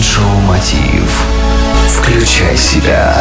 Майнд-шоу «Мотив». Включай себя.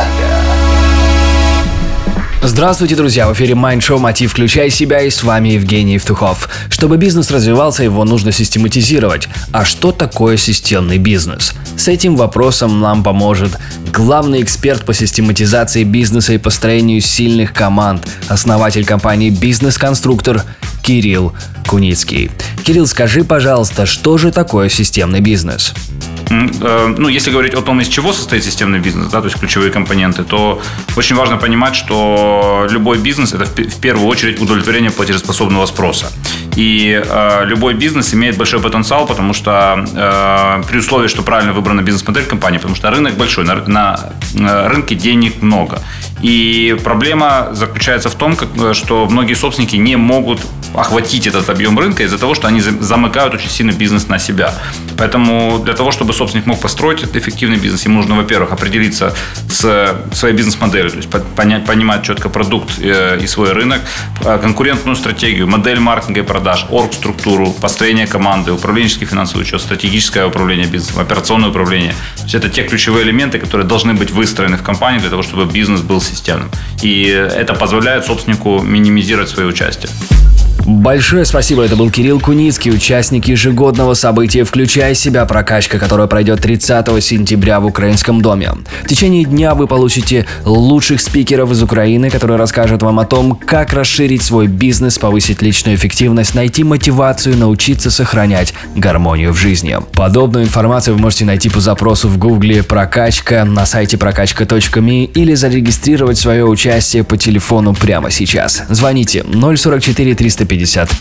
Здравствуйте, друзья! В эфире Майнд-шоу «Мотив. Включай себя» и с вами Евгений Евтухов. Чтобы бизнес развивался, его нужно систематизировать. А что такое системный бизнес? С этим вопросом нам поможет главный эксперт по систематизации бизнеса и построению сильных команд, основатель компании «Бизнес-конструктор» Кирилл Куницкий. Кирилл, скажи, пожалуйста, что же такое системный бизнес? Если говорить о том, из чего состоит системный бизнес, то есть ключевые компоненты, то очень важно понимать, что любой бизнес – это в первую очередь удовлетворение платежеспособного спроса. И любой бизнес имеет большой потенциал, потому что при условии, что правильно выбрана бизнес-модель компании, потому что рынок большой, на рынке денег много. И проблема заключается в том, что многие собственники не могут охватить этот объем рынка из-за того, что они замыкают очень сильно бизнес на себя. Поэтому для того, чтобы собственник мог построить эффективный бизнес, ему нужно, во-первых, определиться с своей бизнес-моделью, то есть понимать четко продукт и свой рынок, конкурентную стратегию, модель маркетинга и продаж, оргструктуру, построение команды, управленческий финансовый учет, стратегическое управление бизнесом, операционное управление. То есть это те ключевые элементы, которые должны быть выстроены в компании для того, чтобы бизнес был системным. И это позволяет собственнику минимизировать свое участие. Большое спасибо, это был Кирилл Куницкий, участник ежегодного события «Включай себя. Прокачка», которое пройдет 30 сентября в Украинском доме. В течение дня вы получите лучших спикеров из Украины, которые расскажут вам о том, как расширить свой бизнес, повысить личную эффективность, найти мотивацию, научиться сохранять гармонию в жизни. Подобную информацию вы можете найти по запросу в гугле «Прокачка» на сайте прокачка.me или зарегистрировать свое участие по телефону прямо сейчас. Звоните 044 355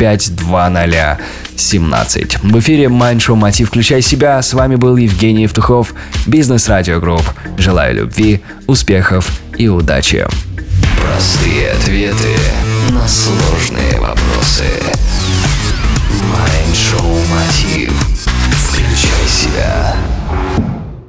2017. В эфире Майнд-шоу «Мотив. Включай себя». С вами был Евгений Евтухов, Бизнес-радио Групп. Желаю любви, успехов и удачи. Простые ответы на сложные вопросы.